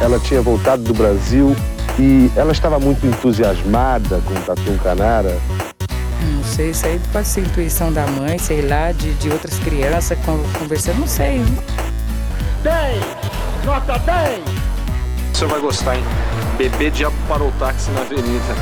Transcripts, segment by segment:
ela tinha voltado do Brasil e ela estava muito entusiasmada com o Tatu Canara. Não sei, isso aí pode ser intuição da mãe, sei lá, de outras crianças conversando, não sei. 10! Nota 10! O senhor vai gostar, hein? Bebê diabo parou o táxi na avenida.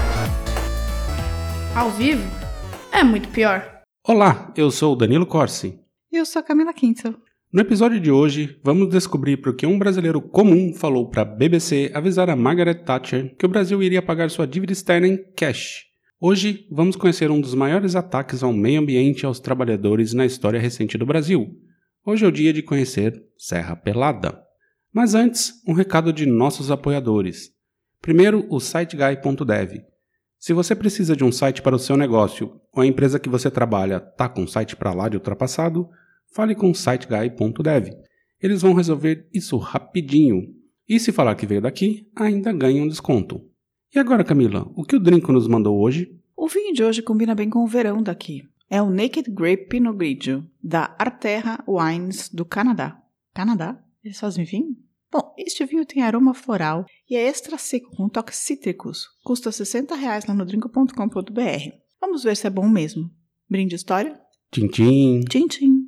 Ao vivo é muito pior. Olá, eu sou o Danilo Corsi. E eu sou a Camila Quintel. No episódio de hoje, vamos descobrir por que um brasileiro comum falou para a BBC avisar a Margaret Thatcher que o Brasil iria pagar sua dívida externa em cash. Hoje, vamos conhecer um dos maiores ataques ao meio ambiente e aos trabalhadores na história recente do Brasil. Hoje é o dia de conhecer Serra Pelada. Mas antes, um recado de nossos apoiadores. Primeiro, o SiteGuy.dev. Se você precisa de um site para o seu negócio ou a empresa que você trabalha está com um site para lá de ultrapassado, fale com o SiteGuy.dev. Eles vão resolver isso rapidinho. E se falar que veio daqui, ainda ganha um desconto. E agora, Camila, o que o Drinco nos mandou hoje? O vinho de hoje combina bem com o verão daqui. É o Naked Grape Pinot Grigio, da Arterra Wines do Canadá. Canadá? Eles fazem vinho? Bom, este vinho tem aroma floral e é extra seco com toques cítricos. Custa R$60 lá no drinco.com.br. Vamos ver se é bom mesmo. Brinde história? Tchim, tchim. Tchim, tchim.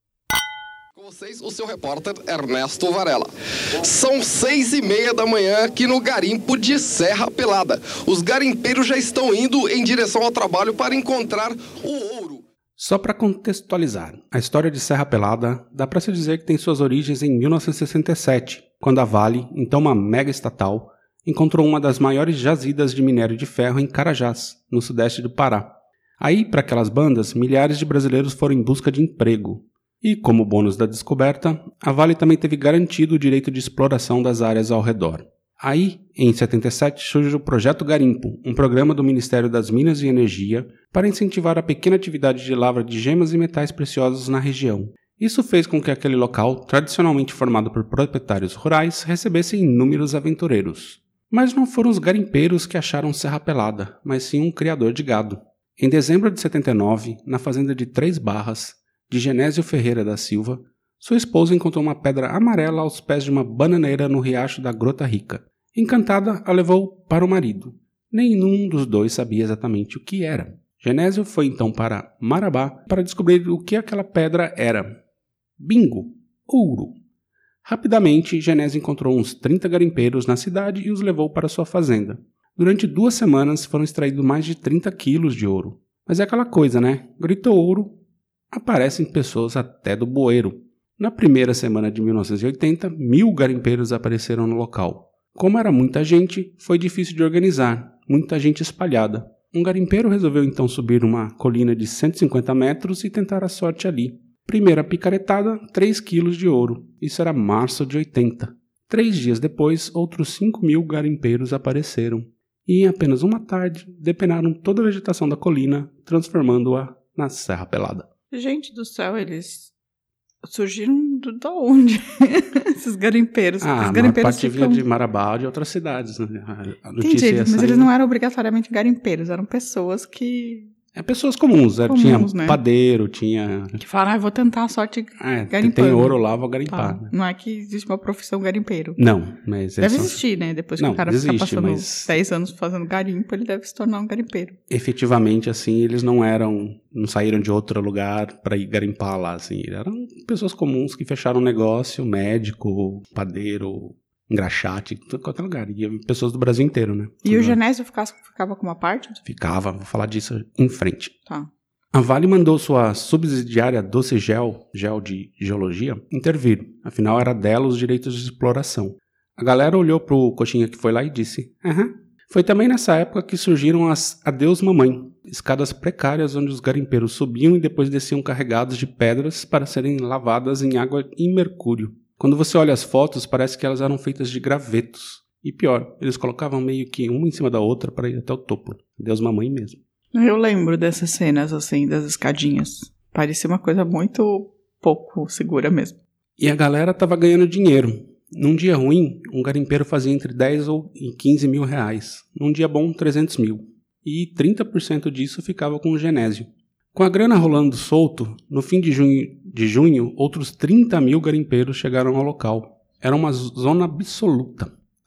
Com vocês, o seu repórter Ernesto Varela. São 6h30 da manhã aqui no garimpo de Serra Pelada. Os garimpeiros já estão indo em direção ao trabalho para encontrar o ouro. Só para contextualizar, a história de Serra Pelada dá para se dizer que tem suas origens em 1967, quando a Vale, então uma mega estatal, encontrou uma das maiores jazidas de minério de ferro em Carajás, no sudeste do Pará. Aí, para aquelas bandas, milhares de brasileiros foram em busca de emprego. E, como bônus da descoberta, a Vale também teve garantido o direito de exploração das áreas ao redor. Aí, em 77, surge o Projeto Garimpo, um programa do Ministério das Minas e Energia para incentivar a pequena atividade de lavra de gemas e metais preciosos na região. Isso fez com que aquele local, tradicionalmente formado por proprietários rurais, recebesse inúmeros aventureiros. Mas não foram os garimpeiros que acharam Serra Pelada, mas sim um criador de gado. Em dezembro de 79, na fazenda de Três Barras, de Genésio Ferreira da Silva, sua esposa encontrou uma pedra amarela aos pés de uma bananeira no riacho da Grota Rica. Encantada, a levou para o marido. Nenhum dos dois sabia exatamente o que era. Genésio foi então para Marabá para descobrir o que aquela pedra era. Bingo! Ouro! Rapidamente, Genésio encontrou uns 30 garimpeiros na cidade e os levou para sua fazenda. Durante 2 semanas foram extraídos mais de 30 quilos de ouro. Mas é aquela coisa, né? Gritou ouro, aparecem pessoas até do bueiro. Na primeira semana de 1980, 1.000 garimpeiros apareceram no local. Como era muita gente, foi difícil de organizar, muita gente espalhada. Um garimpeiro resolveu então subir uma colina de 150 metros e tentar a sorte ali. Primeira picaretada, 3 quilos de ouro. Isso era março de 80. 3 dias depois, outros 5.000 garimpeiros apareceram. E em apenas uma tarde, depenaram toda a vegetação da colina, transformando-a na Serra Pelada. Gente do céu, eles surgiram da onde? Esses garimpeiros. A parte vinha de Marabá ou de outras cidades. Né? Entendi, mas eles não eram obrigatoriamente garimpeiros, eram pessoas que... pessoas comuns, tinha né? Padeiro, tinha... Que falaram, eu vou tentar a sorte garimpando. Tem ouro lá, vou garimpar. Tá. Né? Não é que existe uma profissão garimpeiro. Não, mas... Deve existir, né? Depois que o cara existe, fica passando mas... 10 anos fazendo garimpo, ele deve se tornar um garimpeiro. Efetivamente, assim, eles não saíram de outro lugar para ir garimpar lá, assim. Eram pessoas comuns que fecharam um negócio, médico, padeiro... engraxate, tudo qualquer lugar. E pessoas do Brasil inteiro, né? E o Genésio ficava com uma parte? Ficava, vou falar disso em frente. Tá. A Vale mandou sua subsidiária Doce Gel de Geologia, intervir. Afinal, era dela os direitos de exploração. A galera olhou pro coxinha que foi lá e disse, Foi também nessa época que surgiram as Adeus Mamãe, escadas precárias onde os garimpeiros subiam e depois desciam carregados de pedras para serem lavadas em água e mercúrio. Quando você olha as fotos, parece que elas eram feitas de gravetos. E pior, eles colocavam meio que uma em cima da outra para ir até o topo. Deus mamãe mesmo. Eu lembro dessas cenas, assim, das escadinhas. Parecia uma coisa muito pouco segura mesmo. E a galera tava ganhando dinheiro. Num dia ruim, um garimpeiro fazia entre 10 e 15 mil reais. Num dia bom, 300 mil. E 30% disso ficava com o Genésio. Com a grana rolando solto, no fim de junho, outros 30 mil garimpeiros chegaram ao local. Era uma zona absoluta.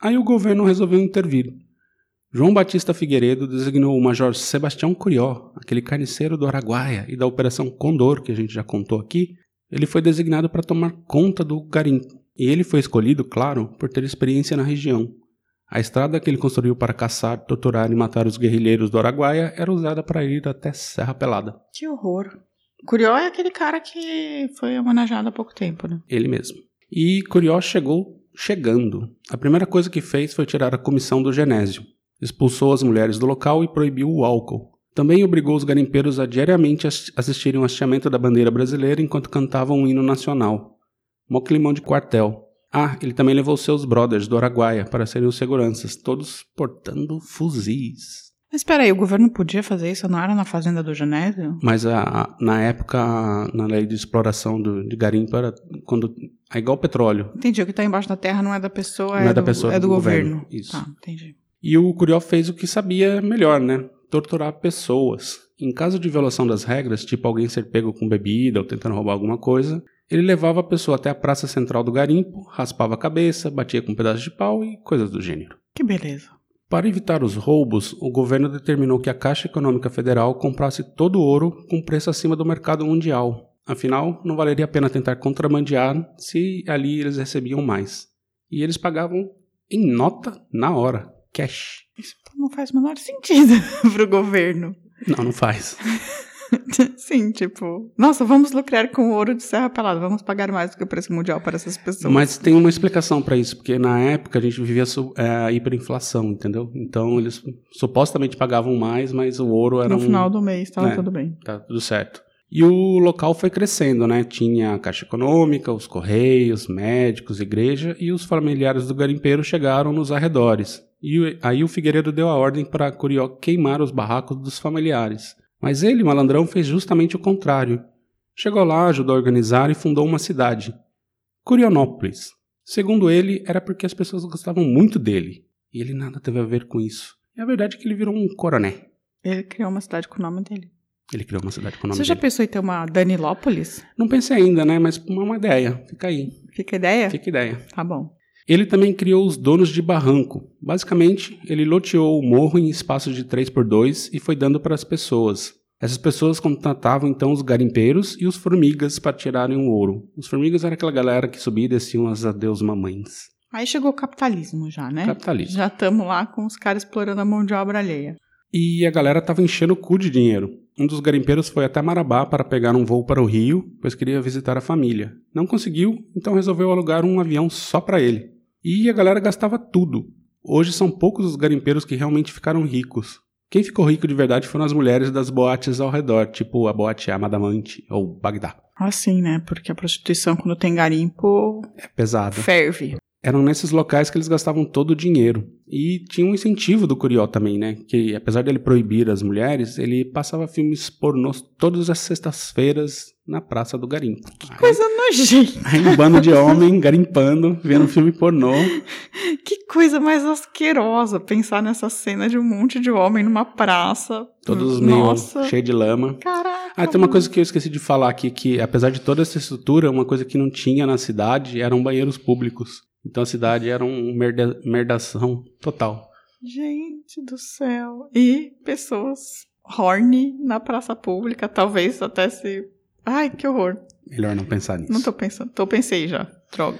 Aí o governo resolveu intervir. João Batista Figueiredo designou o Major Sebastião Curió, aquele carniceiro do Araguaia e da Operação Condor, que a gente já contou aqui. Ele foi designado para tomar conta do garimpo. E ele foi escolhido, claro, por ter experiência na região. A estrada que ele construiu para caçar, torturar e matar os guerrilheiros do Araguaia era usada para ir até Serra Pelada. Que horror. Curió é aquele cara que foi homenageado há pouco tempo, né? Ele mesmo. E Curió chegando. A primeira coisa que fez foi tirar a comissão do Genésio. Expulsou as mulheres do local e proibiu o álcool. Também obrigou os garimpeiros a diariamente assistirem ao hasteamento da bandeira brasileira enquanto cantavam o hino nacional. Mó climão de quartel. Ele também levou seus brothers do Araguaia para serem os seguranças, todos portando fuzis. Mas espera aí, o governo podia fazer isso? Não era na fazenda do Genésio? Mas na época, na lei de exploração de garimpo, era quando é igual petróleo. Entendi, o que está embaixo da terra não é da pessoa, não é da pessoa, é do governo. Isso. Tá, entendi. E o Curió fez o que sabia melhor, né? Torturar pessoas. Em caso de violação das regras, tipo alguém ser pego com bebida ou tentando roubar alguma coisa, ele levava a pessoa até a praça central do garimpo, raspava a cabeça, batia com um pedaço de pau e coisas do gênero. Que beleza. Para evitar os roubos, o governo determinou que a Caixa Econômica Federal comprasse todo o ouro com preço acima do mercado mundial. Afinal, não valeria a pena tentar contrabandear se ali eles recebiam mais. E eles pagavam em nota na hora, cash. Isso não faz o menor sentido pro governo. Não faz. Sim, tipo, nossa, vamos lucrar com o ouro de Serra Pelada, vamos pagar mais do que o preço mundial para essas pessoas. Mas tem uma explicação para isso, porque na época a gente vivia a hiperinflação, entendeu? Então eles supostamente pagavam mais, mas o ouro era no final do mês estava tudo bem. Tá tudo certo. E o local foi crescendo, né? Tinha a Caixa Econômica, os Correios, médicos, igreja, e os familiares do garimpeiro chegaram nos arredores. E aí o Figueiredo deu a ordem para Curió queimar os barracos dos familiares. Mas ele, malandrão, fez justamente o contrário. Chegou lá, ajudou a organizar e fundou uma cidade, Curionópolis. Segundo ele, era porque as pessoas gostavam muito dele. E ele nada teve a ver com isso. E a verdade é que ele virou um coroné. Ele criou uma cidade com o nome dele. Ele criou uma cidade com o nome dele. Você já pensou em ter uma Danilópolis? Não pensei ainda, né? Mas uma ideia. Fica aí. Fica ideia? Fica ideia. Tá bom. Ele também criou os donos de barranco. Basicamente, ele loteou o morro em espaços de 3x2 e foi dando para as pessoas. Essas pessoas contratavam então os garimpeiros e os formigas para tirarem o ouro. Os formigas era aquela galera que subia e desciam as adeus mamães. Aí chegou o capitalismo já, né? Capitalismo. Já estamos lá com os caras explorando a mão de obra alheia. E a galera tava enchendo o cu de dinheiro. Um dos garimpeiros foi até Marabá para pegar um voo para o Rio, pois queria visitar a família. Não conseguiu, então resolveu alugar um avião só para ele. E a galera gastava tudo. Hoje são poucos os garimpeiros que realmente ficaram ricos. Quem ficou rico de verdade foram as mulheres das boates ao redor, tipo a boate Amadamante ou Bagdá. Ah, sim, né? Porque a prostituição, quando tem garimpo, é pesado. Ferve. Eram nesses locais que eles gastavam todo o dinheiro. E tinha um incentivo do Curió também, né? Que apesar dele proibir as mulheres, ele passava filmes pornôs todas as sextas-feiras na Praça do Garimpo. Que coisa nojenta. Aí um bando de homem garimpando, vendo um filme pornô. Que coisa mais asquerosa pensar nessa cena de um monte de homem numa praça. Todos meio cheios de lama. Caraca. Tem uma coisa que eu esqueci de falar aqui, que apesar de toda essa estrutura, uma coisa que não tinha na cidade eram banheiros públicos. Então a cidade era um merdação total. Gente do céu. E pessoas horny na praça pública, talvez até se... Ai, que horror. Melhor não pensar nisso. Não tô pensando. Pensei já. Droga.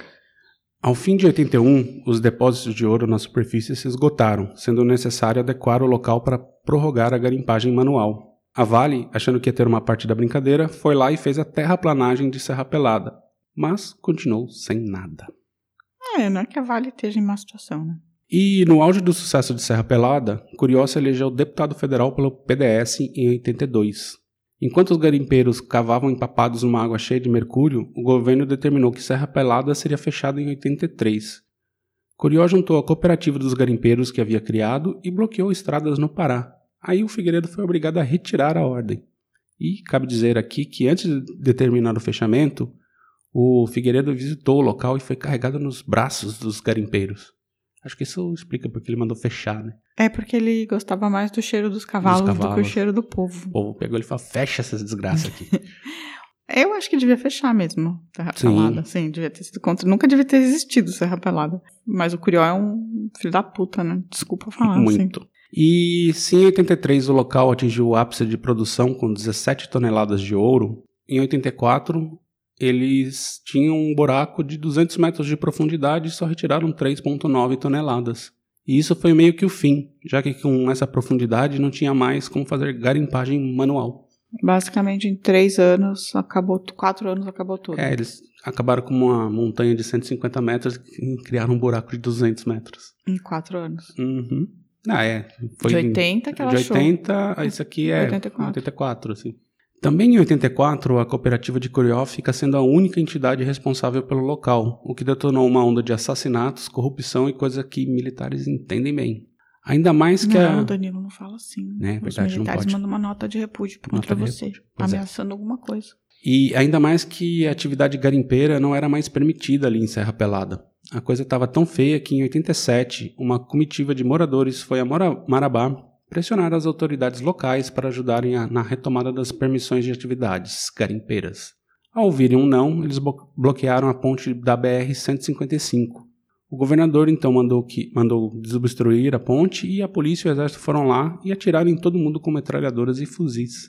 Ao fim de 81, os depósitos de ouro na superfície se esgotaram, sendo necessário adequar o local para prorrogar a garimpagem manual. A Vale, achando que ia ter uma parte da brincadeira, foi lá e fez a terraplanagem de Serra Pelada, mas continuou sem nada. Não é que a Vale esteja em má situação, né? E no auge do sucesso de Serra Pelada, Curió se elegeu deputado federal pelo PDS em 82. Enquanto os garimpeiros cavavam empapados numa água cheia de mercúrio, o governo determinou que Serra Pelada seria fechada em 83. Curió juntou a cooperativa dos garimpeiros que havia criado e bloqueou estradas no Pará. Aí o Figueiredo foi obrigado a retirar a ordem. E cabe dizer aqui que antes de determinar o fechamento, o Figueiredo visitou o local e foi carregado nos braços dos garimpeiros. Acho que isso explica porque ele mandou fechar, né? É porque ele gostava mais do cheiro dos cavalos do que o cheiro do povo. O povo pegou ele e falou, fecha essas desgraças aqui. Eu acho que devia fechar mesmo Serra Pelada. Sim, devia ter sido contra. Nunca devia ter existido Serra Pelada. Mas o Curió é um filho da puta, né? Desculpa falar. Muito. Assim. E se em 83 o local atingiu o ápice de produção com 17 toneladas de ouro, em 84 eles tinham um buraco de 200 metros de profundidade e só retiraram 3,9 toneladas. E isso foi meio que o fim, já que com essa profundidade não tinha mais como fazer garimpagem manual. Basicamente, em 3 anos, 4 anos acabou tudo. Eles acabaram com uma montanha de 150 metros e criaram um buraco de 200 metros. Em 4 anos. Uhum. Foi de 80 que ela achou. De 80, isso aqui é 84, assim. Também em 84, a cooperativa de Curió fica sendo a única entidade responsável pelo local, o que detonou uma onda de assassinatos, corrupção e coisa que militares entendem bem. Ainda mais que Não, Danilo, não fala assim. Né, Os verdade, militares não pode. mandam uma nota de repúdio contra você, ameaçando alguma coisa. E ainda mais que a atividade garimpeira não era mais permitida ali em Serra Pelada. A coisa estava tão feia que em 87, uma comitiva de moradores foi a Marabá pressionar as autoridades locais para ajudarem na retomada das permissões de atividades garimpeiras. Ao ouvirem um não, eles bloquearam a ponte da BR-155. O governador então mandou desobstruir a ponte e a polícia e o exército foram lá e atiraram em todo mundo com metralhadoras e fuzis.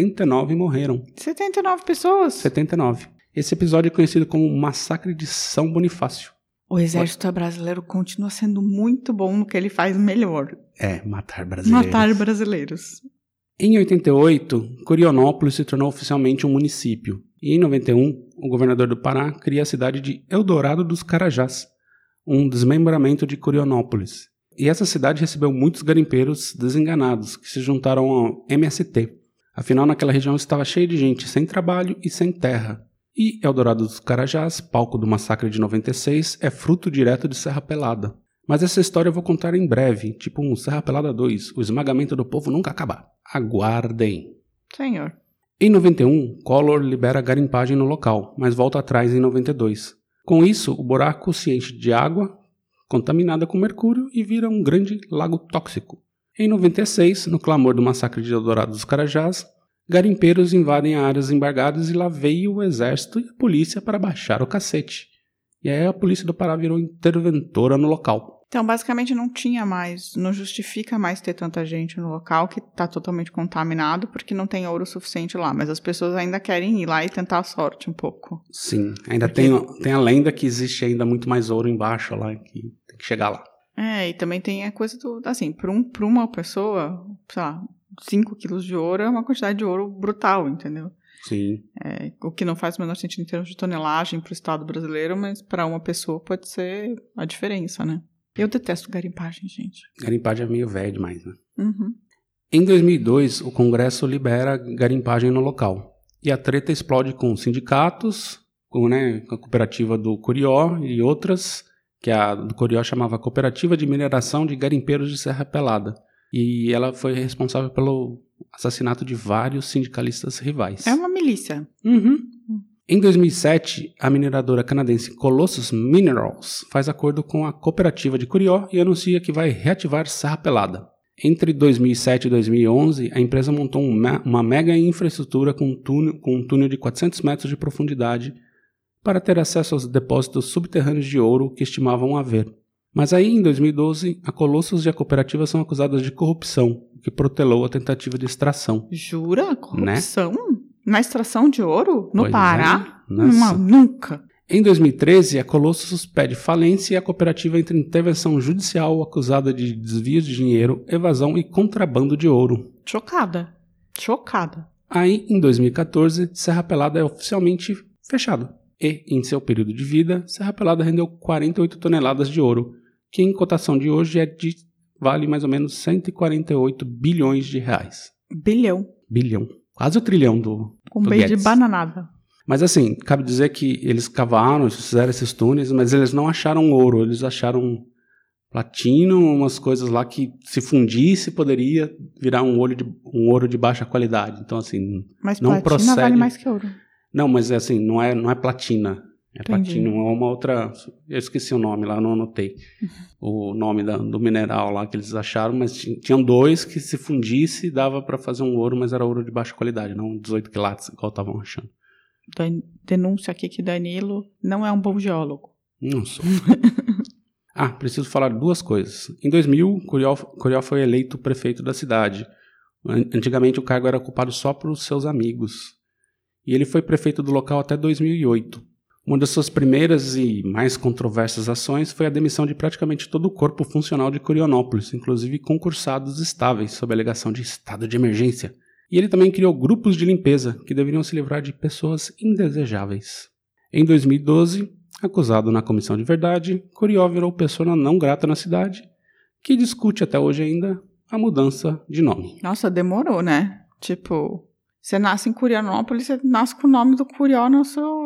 79 morreram. 79 pessoas? 79. Esse episódio é conhecido como Massacre de São Bonifácio. O exército brasileiro continua sendo muito bom no que ele faz melhor. Matar brasileiros. Matar brasileiros. Em 88, Curionópolis se tornou oficialmente um município. E em 91, o governador do Pará cria a cidade de Eldorado dos Carajás, um desmembramento de Curionópolis. E essa cidade recebeu muitos garimpeiros desenganados, que se juntaram ao MST. Afinal, naquela região estava cheia de gente sem trabalho e sem terra. E Eldorado dos Carajás, palco do massacre de 96, é fruto direto de Serra Pelada. Mas essa história eu vou contar em breve, tipo um Serra Pelada 2, o esmagamento do povo nunca acabar. Aguardem. Senhor. Em 91, Collor libera a garimpagem no local, mas volta atrás em 92. Com isso, o buraco se enche de água contaminada com mercúrio e vira um grande lago tóxico. Em 96, no clamor do massacre de Eldorado dos Carajás, garimpeiros invadem áreas embargadas e lá veio o exército e a polícia para baixar o cacete. E aí a polícia do Pará virou interventora no local. Então, basicamente, não justifica mais ter tanta gente no local que está totalmente contaminado porque não tem ouro suficiente lá. Mas as pessoas ainda querem ir lá e tentar a sorte um pouco. Sim, ainda tem a lenda que existe ainda muito mais ouro embaixo lá, que tem que chegar lá. E também tem a coisa do, assim, para uma pessoa, sei lá, 5 quilos de ouro é uma quantidade de ouro brutal, entendeu? Sim. O que não faz o menor sentido em termos de tonelagem para o Estado brasileiro, mas para uma pessoa pode ser a diferença, né? Eu detesto garimpagem, gente. Garimpagem é meio velho demais, né? Uhum. Em 2002, o Congresso libera garimpagem no local. E a treta explode com sindicatos, com a cooperativa do Curió e outras, que a do Curió chamava Cooperativa de Mineração de Garimpeiros de Serra Pelada. E ela foi responsável pelo assassinato de vários sindicalistas rivais. É uma milícia. Uhum. Em 2007, a mineradora canadense Colossus Minerals faz acordo com a cooperativa de Curió e anuncia que vai reativar Serra Pelada. Entre 2007 e 2011, a empresa montou uma mega infraestrutura com um túnel de 400 metros de profundidade para ter acesso aos depósitos subterrâneos de ouro que estimavam haver. Mas aí, em 2012, a Colossus e a cooperativa são acusadas de corrupção, o que protelou a tentativa de extração. Jura? Corrupção? Né? Na extração de ouro? No pois Pará? É. Nunca. Em 2013, a Colossus pede falência e a cooperativa entra em intervenção judicial acusada de desvio de dinheiro, evasão e contrabando de ouro. Chocada. Aí, em 2014, Serra Pelada é oficialmente fechado. E, em seu período de vida, Serra Pelada rendeu 48 toneladas de ouro, que em cotação de hoje vale mais ou menos 148 bilhões de reais. Bilhão. Quase o trilhão do Com meio de bananada. Mas assim, cabe dizer que eles cavaram, fizeram esses túneis, mas eles não acharam ouro, eles acharam platino, umas coisas lá que se fundisse poderia virar um ouro de baixa qualidade. Então assim, mas não platina procede. Vale mais que ouro. Não, mas assim, não é platina. É platina, é uma outra... Eu esqueci o nome lá, não anotei o nome do mineral lá que eles acharam, mas tinham 2 que se fundisse dava para fazer um ouro, mas era ouro de baixa qualidade, não 18 quilates, igual estavam achando. Denúncia aqui que Danilo não é um bom geólogo. Não sou. Preciso falar 2 coisas. Em 2000, Curió foi eleito prefeito da cidade. Antigamente o cargo era ocupado só por seus amigos. E ele foi prefeito do local até 2008. Uma das suas primeiras e mais controversas ações foi a demissão de praticamente todo o corpo funcional de Curionópolis, inclusive concursados estáveis, sob a alegação de estado de emergência. E ele também criou grupos de limpeza, que deveriam se livrar de pessoas indesejáveis. Em 2012, acusado na comissão de verdade, Curió virou persona não grata na cidade, que discute até hoje ainda a mudança de nome. Nossa, demorou, né? Tipo, você nasce em Curionópolis, você nasce com o nome do Curió no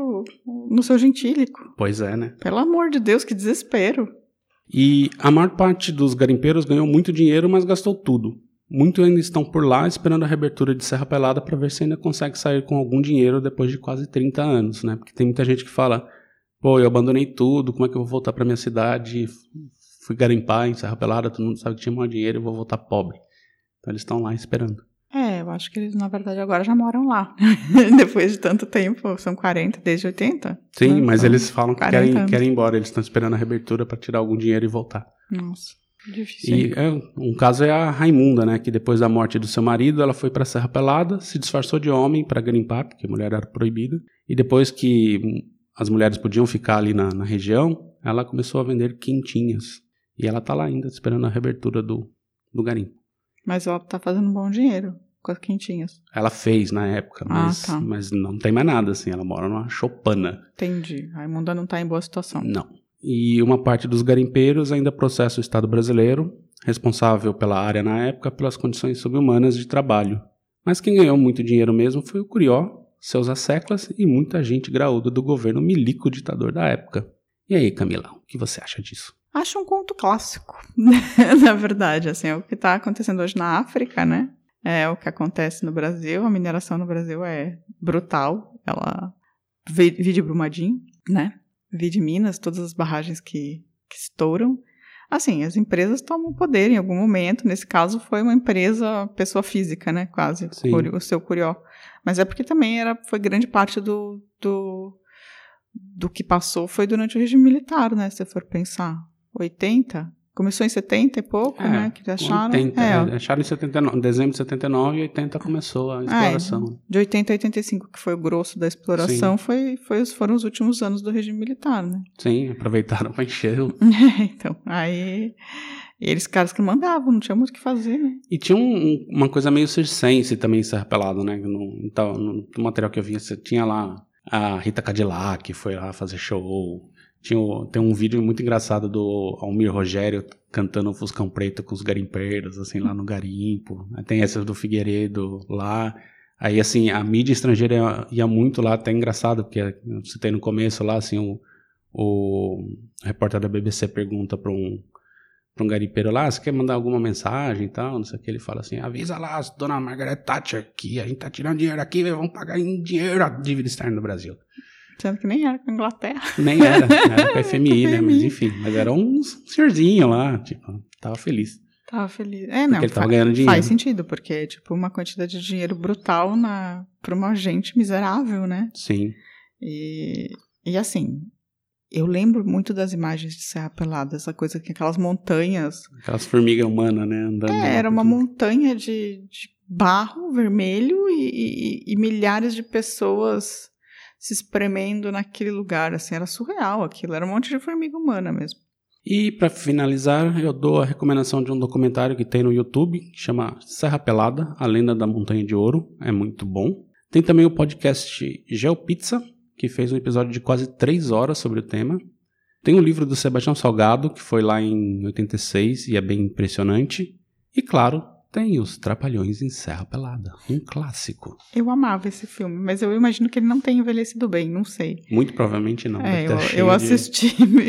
seu gentílico. Pois é, né? Pelo amor de Deus, que desespero. E a maior parte dos garimpeiros ganhou muito dinheiro, mas gastou tudo. Muitos ainda estão por lá esperando a reabertura de Serra Pelada para ver se ainda consegue sair com algum dinheiro depois de quase 30 anos, né? Porque tem muita gente que fala, pô, eu abandonei tudo, como é que eu vou voltar para minha cidade? Fui garimpar em Serra Pelada, todo mundo sabe que tinha muito dinheiro, eu vou voltar pobre. Então eles estão lá esperando. Eu acho que eles, na verdade, agora já moram lá. Depois de tanto tempo, são 40, desde 80. Sim, mas eles falam que querem ir embora, eles estão esperando a reabertura para tirar algum dinheiro e voltar. Nossa. Difícil. E um caso é a Raimunda, né, que depois da morte do seu marido, ela foi para Serra Pelada, se disfarçou de homem para garimpar, porque a mulher era proibida, e depois que as mulheres podiam ficar ali na região, ela começou a vender quentinhas, e ela tá lá ainda, esperando a reabertura do garimpo. Mas ela tá fazendo um bom dinheiro com as quentinhas. Ela fez na época, mas não tem mais nada, assim, ela mora numa choupana. Entendi, a Raimunda não tá em boa situação. Não. E uma parte dos garimpeiros ainda processa o Estado brasileiro, responsável pela área na época, pelas condições subhumanas de trabalho. Mas quem ganhou muito dinheiro mesmo foi o Curió, seus asseclas e muita gente graúda do governo milico ditador da época. E aí, Camila, o que você acha disso? Acho um conto clássico, na verdade, assim, é o que está acontecendo hoje na África, né? É o que acontece no Brasil, a mineração no Brasil é brutal, ela vide Brumadinho, né? Vide Minas, todas as barragens que estouram. Assim, as empresas tomam poder em algum momento, nesse caso foi uma empresa, pessoa física, né, quase, o seu Curió. Mas é porque também foi grande parte do que passou foi durante o regime militar, né, se você for pensar. 80? Começou em 70 e pouco, né? Que acharam. 80, acharam em dezembro de 79 e 80 começou a exploração. De 80 a 85, que foi o grosso da exploração, foram os últimos anos do regime militar, né? Sim, aproveitaram para encher. Então, aí eles caras que mandavam, não tinha muito o que fazer, né? E tinha uma coisa meio circense também em Serra Pelada, né? No material que eu vi, você tinha lá a Rita Cadillac, que foi lá fazer show. Tem um vídeo muito engraçado do Almir Rogério cantando o Fuscão Preto com os garimpeiros, assim, lá no garimpo. Tem essa do Figueiredo lá. Aí, assim, a mídia estrangeira ia muito lá, até engraçado, porque eu citei no começo lá, assim, o repórter da BBC pergunta para um garimpeiro lá, você quer mandar alguma mensagem e tal, não sei o que, ele fala assim, avisa lá, dona Margaret Thatcher, que a gente tá tirando dinheiro aqui, vamos pagar em dinheiro a dívida externa do Brasil. Sendo que nem era com a Inglaterra. Nem era com a FMI, né? Mas enfim, mas era um senhorzinho lá, tipo, tava feliz. Tava feliz. Porque ele tava ganhando dinheiro. Faz sentido, porque é tipo uma quantidade de dinheiro brutal pra uma gente miserável, né? Sim. E assim, eu lembro muito das imagens de Serra Pelada, essa coisa que aquelas montanhas... Aquelas formigas humanas, né? Andando. Era uma montanha de barro vermelho e milhares de pessoas se espremendo naquele lugar, assim, era surreal aquilo, era um monte de formiga humana mesmo. E para finalizar, eu dou a recomendação de um documentário que tem no YouTube, que chama Serra Pelada, a Lenda da Montanha de Ouro, é muito bom. Tem também o podcast GeoPizza, que fez um episódio de quase 3 horas sobre o tema. Tem o livro do Sebastião Salgado, que foi lá em 86 e é bem impressionante. E claro, tem Os Trapalhões em Serra Pelada, um clássico. Eu amava esse filme, mas eu imagino que ele não tenha envelhecido bem, não sei. Muito provavelmente não. Eu assisti em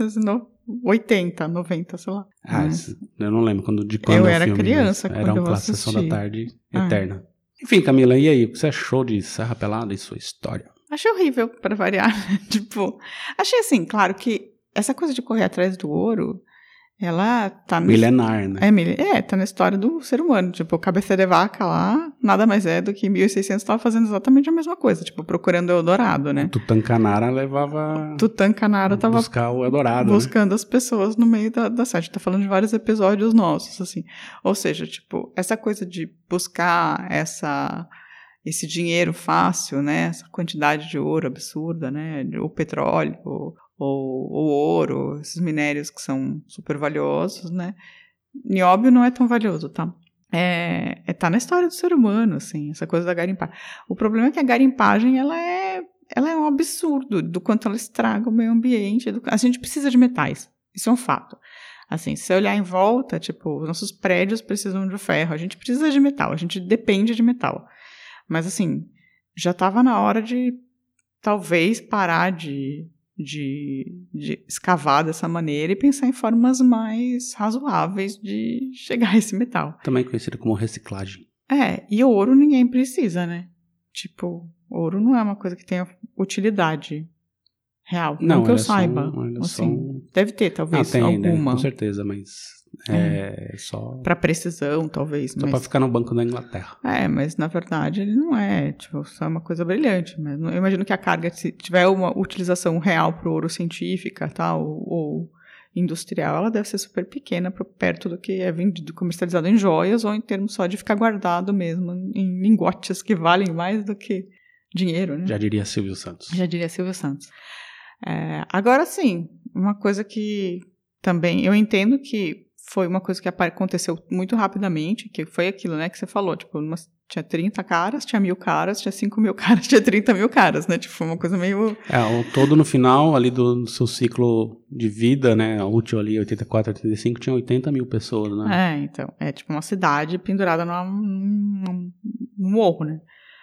1980, 90, sei lá. Eu não lembro de quando eu o era filme, criança quando era eu uma assisti. Sessão da tarde eterna. Enfim, Camila, e aí? O que você achou de Serra Pelada e sua história? Achei horrível, para variar. Tipo, achei assim, claro que essa coisa de correr atrás do ouro... ela tá... Milenar, né? Tá na história do ser humano. Tipo, o cabeça de vaca lá, nada mais é do que em 1600 estava fazendo exatamente a mesma coisa. Tipo, procurando o Eldorado, né? Tutankhamara levava... Tutankhamara tava buscar o Eldorado, buscando as pessoas no meio da cidade. Tá falando de vários episódios nossos, assim. Ou seja, tipo, essa coisa de buscar esse dinheiro fácil, né? Essa quantidade de ouro absurda, né? O petróleo... ou ouro, esses minérios que são super valiosos, né? Nióbio não é tão valioso, tá? Tá na história do ser humano, assim, essa coisa da garimpagem. O problema é que a garimpagem, ela é um absurdo do quanto ela estraga o meio ambiente. A gente precisa de metais, isso é um fato. Assim, se você olhar em volta, tipo, os nossos prédios precisam de ferro, a gente precisa de metal, a gente depende de metal. Mas, assim, já estava na hora de, talvez, parar de escavar dessa maneira e pensar em formas mais razoáveis de chegar a esse metal. Também conhecido como reciclagem. E ouro ninguém precisa, né? Tipo, ouro não é uma coisa que tenha utilidade real. Não que eu saiba. Deve ter, talvez, alguma. Com certeza, mas só... Para precisão, talvez. Só para ficar no Banco da Inglaterra. Mas na verdade ele não é, tipo, só é uma coisa brilhante. Mas eu imagino que a carga, se tiver uma utilização real para o ouro científica, tal, ou industrial, ela deve ser super pequena, perto do que é vendido, comercializado em joias, ou em termos só de ficar guardado mesmo em lingotes que valem mais do que dinheiro, né? Já diria Silvio Santos. Agora sim, uma coisa que também eu entendo que foi uma coisa que aconteceu muito rapidamente, que foi aquilo, né, que você falou, tipo, tinha 30 caras, tinha 1.000 caras, tinha 5.000 caras, tinha 30.000 caras, né, tipo, foi uma coisa meio... O todo no final, ali do seu ciclo de vida, né, útil ali, 84, 85, tinha 80.000 pessoas, né. Então, tipo uma cidade pendurada num morro, né.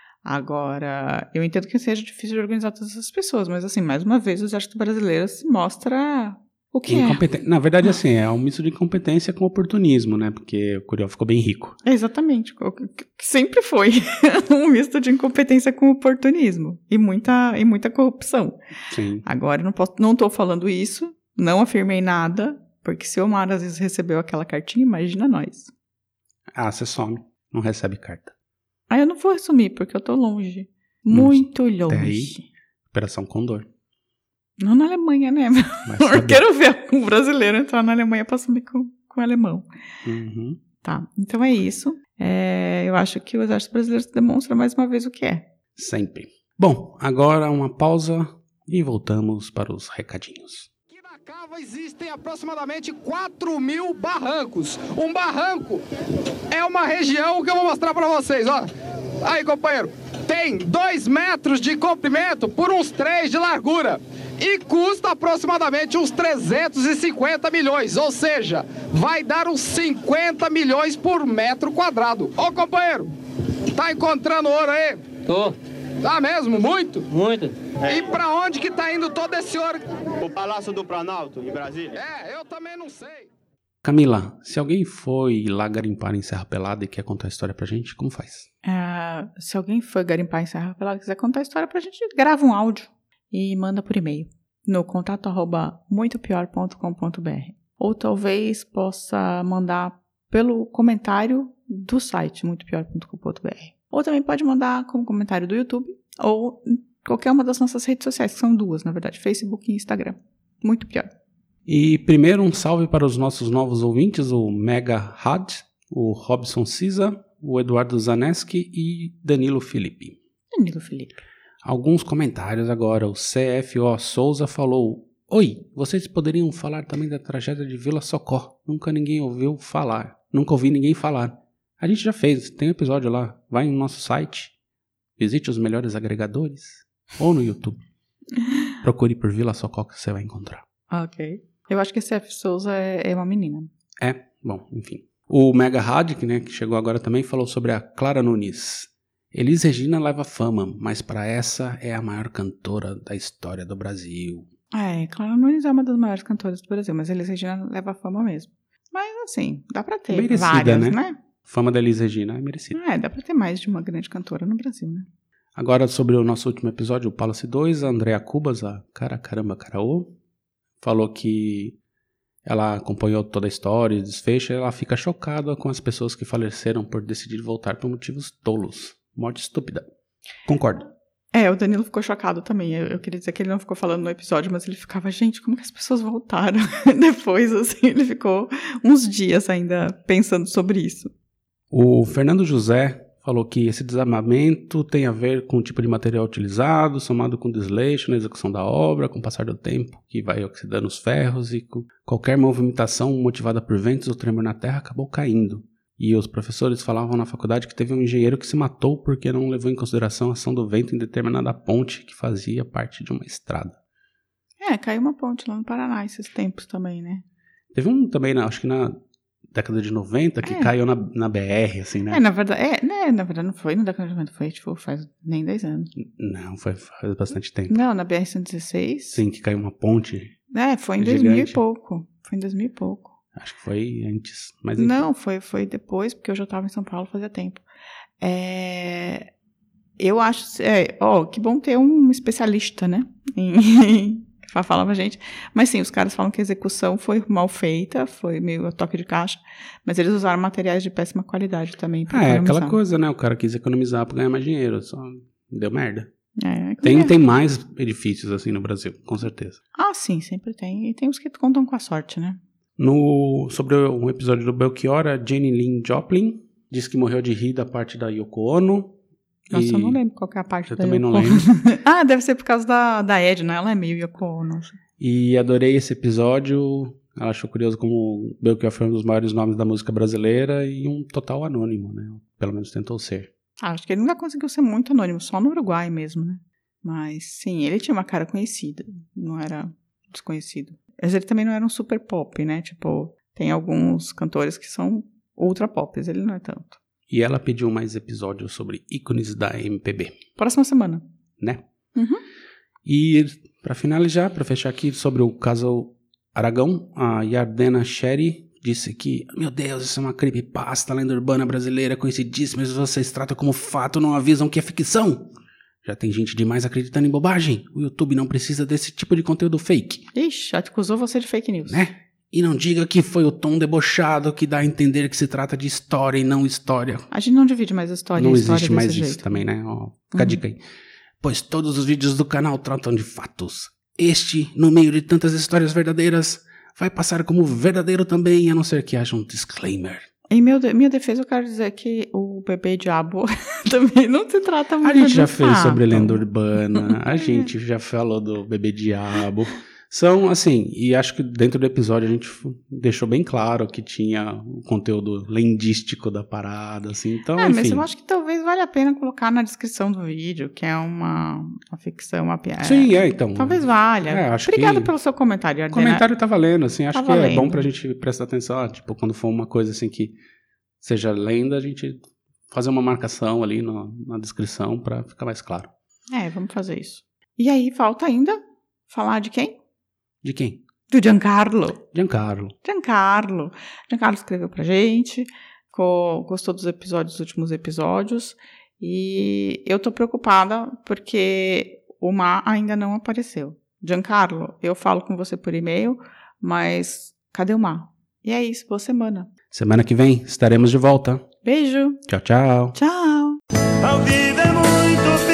Agora, eu entendo que seja difícil de organizar todas essas pessoas, mas, assim, mais uma vez, o Exército Brasileiro se mostra... O que Na verdade, assim, é um misto de incompetência com oportunismo, né? Porque o Curió ficou bem rico. Exatamente. Sempre foi um misto de incompetência com oportunismo. E muita corrupção. Sim. Agora, eu não estou falando isso, não afirmei nada, porque se o Omar às vezes recebeu aquela cartinha, imagina nós. Você some, não recebe carta. Eu não vou assumir, porque eu tô longe. Muito longe. Até aí, Operação Condor. Não na Alemanha, né? Eu quero ver um brasileiro entrar na Alemanha para assumir com alemão. Uhum. Tá, então é isso. Eu acho que o Exército Brasileiro demonstra mais uma vez o que é. Sempre. Bom, agora uma pausa e voltamos para os recadinhos. Aqui na Cava existem aproximadamente 4.000 barrancos. Um barranco é uma região que eu vou mostrar para vocês, ó. Aí, companheiro. Tem 2 metros de comprimento por uns 3 de largura. E custa aproximadamente uns 350 milhões, ou seja, vai dar uns 50 milhões por metro quadrado. Ô, companheiro, tá encontrando ouro aí? Tô. Tá mesmo? Muito? Muito. E pra onde que tá indo todo esse ouro? O Palácio do Planalto, em Brasília. Eu também não sei. Camila, se alguém foi lá garimpar em Serra Pelada e quer contar a história pra gente, como faz? Se alguém for garimpar em Serra Pelada e quiser contar a história pra gente, grava um áudio e manda por e-mail no contato@muitopior.com.br, ou talvez possa mandar pelo comentário do site muitopior.com.br, ou também pode mandar como comentário do YouTube ou qualquer uma das nossas redes sociais, que são 2, na verdade, Facebook e Instagram. Muito Pior. E primeiro um salve para os nossos novos ouvintes, o Mega Had, o Robson Cisa, o Eduardo Zaneski e Danilo Felipe. Alguns comentários agora. O CFO Souza falou: Oi, vocês poderiam falar também da tragédia de Vila Socó. Nunca ouvi ninguém falar. A gente já fez, tem um episódio lá. Vai no nosso site, visite os melhores agregadores, ou no YouTube. Procure por Vila Socó que você vai encontrar. Ok. Eu acho que esse CF Souza é uma menina. Bom, enfim. O Mega Radic, né, que chegou agora também, falou sobre a Clara Nunes. Elis Regina leva fama, mas para essa é a maior cantora da história do Brasil. Clara Nunes é uma das maiores cantoras do Brasil, mas Elis Regina leva fama mesmo. Mas assim, dá pra ter merecida, várias, né? Fama da Elis Regina é merecida. Dá pra ter mais de uma grande cantora no Brasil, né? Agora sobre o nosso último episódio, o Palace 2, a Andrea Cubas, a Caramba Caraô, falou que Ela acompanhou toda a história e desfecho e ela fica chocada com as pessoas que faleceram por decidir voltar por motivos tolos. Morte estúpida. Concordo. O Danilo ficou chocado também. Eu queria dizer que ele não ficou falando no episódio, mas ele ficava, gente, como que as pessoas voltaram? Depois, assim, ele ficou uns dias ainda pensando sobre isso. O Fernando José falou que esse desarmamento tem a ver com o tipo de material utilizado, somado com desleixo na execução da obra, com o passar do tempo, que vai oxidando os ferros e com qualquer movimentação motivada por ventos ou tremor na terra acabou caindo. E os professores falavam na faculdade que teve um engenheiro que se matou porque não levou em consideração a ação do vento em determinada ponte que fazia parte de uma estrada. Caiu uma ponte lá no Paraná esses tempos também, né? Teve um também, acho que na década de 90, que caiu na BR, assim, né? Na verdade não foi na década de 90, foi faz nem 10 anos. Não, faz bastante tempo. Não, na BR-116. Sim, que caiu uma ponte. Foi em 2000 e pouco. Foi em 2000 e pouco. Acho que foi antes. Mas não, foi depois, porque eu já estava em São Paulo fazia tempo. Eu acho... que bom ter um especialista, né? Que fala pra gente. Mas sim, os caras falam que a execução foi mal feita, foi meio a toque de caixa, mas eles usaram materiais de péssima qualidade também. Aquela coisa, né? O cara quis economizar pra ganhar mais dinheiro, só deu merda. Tem mais edifícios assim no Brasil, com certeza. Sim, sempre tem. E tem os que contam com a sorte, né? Sobre um episódio do Belchior, a Jane Lynn Joplin disse que morreu de rir da parte da Yoko Ono. Nossa, eu não lembro qual que é a parte da Yoko Ono. Eu também não lembro. Deve ser por causa da Edna, ela é meio Yoko Ono. E adorei esse episódio. Ela achou curioso como Belchior foi um dos maiores nomes da música brasileira e um total anônimo, né? Pelo menos tentou ser. Acho que ele nunca conseguiu ser muito anônimo, só no Uruguai mesmo, né? Mas sim, ele tinha uma cara conhecida, não era desconhecido. Mas ele também não era um super pop, né? Tipo, tem alguns cantores que são ultra pop, ele não é tanto. E ela pediu mais episódios sobre ícones da MPB. Próxima semana. Né? Uhum. E para finalizar, para fechar aqui sobre o caso Aragão, a Yardena Sherry disse que, meu Deus, isso é uma creepypasta, lenda urbana brasileira conhecidíssima, mas vocês tratam como fato, não avisam que é ficção. Já tem gente demais acreditando em bobagem. O YouTube não precisa desse tipo de conteúdo fake. Ixi, acusou você de fake news. Né? E não diga que foi o tom debochado que dá a entender que se trata de história e não história. A gente não divide mais a história. Não história existe mais jeito. Isso também, né? Fica a dica aí. Pois todos os vídeos do canal tratam de fatos. Este, no meio de tantas histórias verdadeiras, vai passar como verdadeiro também, a não ser que haja um disclaimer. Em minha defesa, eu quero dizer que o Bebê Diabo também não se trata muito de A gente já fez sobre lenda urbana, a gente já falou do Bebê Diabo. São, assim, e acho que dentro do episódio a gente deixou bem claro que tinha o conteúdo lendístico da parada, assim, então, enfim. Mas eu acho que talvez valha a pena colocar na descrição do vídeo, que é uma ficção, uma piada. Sim, então. Talvez valha. Obrigada pelo seu comentário, Ardena. O comentário tá valendo, assim, acho tá que valendo. É bom pra gente prestar atenção, tipo, quando for uma coisa, assim, que seja lenda, a gente fazer uma marcação ali na descrição pra ficar mais claro. Vamos fazer isso. E aí, falta ainda falar de quem? De quem? Do Giancarlo. Giancarlo escreveu pra gente, gostou dos últimos episódios, e eu tô preocupada porque o Mar ainda não apareceu. Giancarlo, eu falo com você por e-mail, mas cadê o Mar? E é isso, boa semana. Semana que vem estaremos de volta. Beijo. Tchau, tchau. Tchau. A vida é muito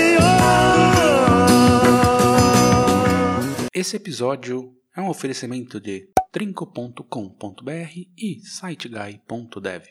pior. Esse episódio é um oferecimento de trinco.com.br e siteguy.dev.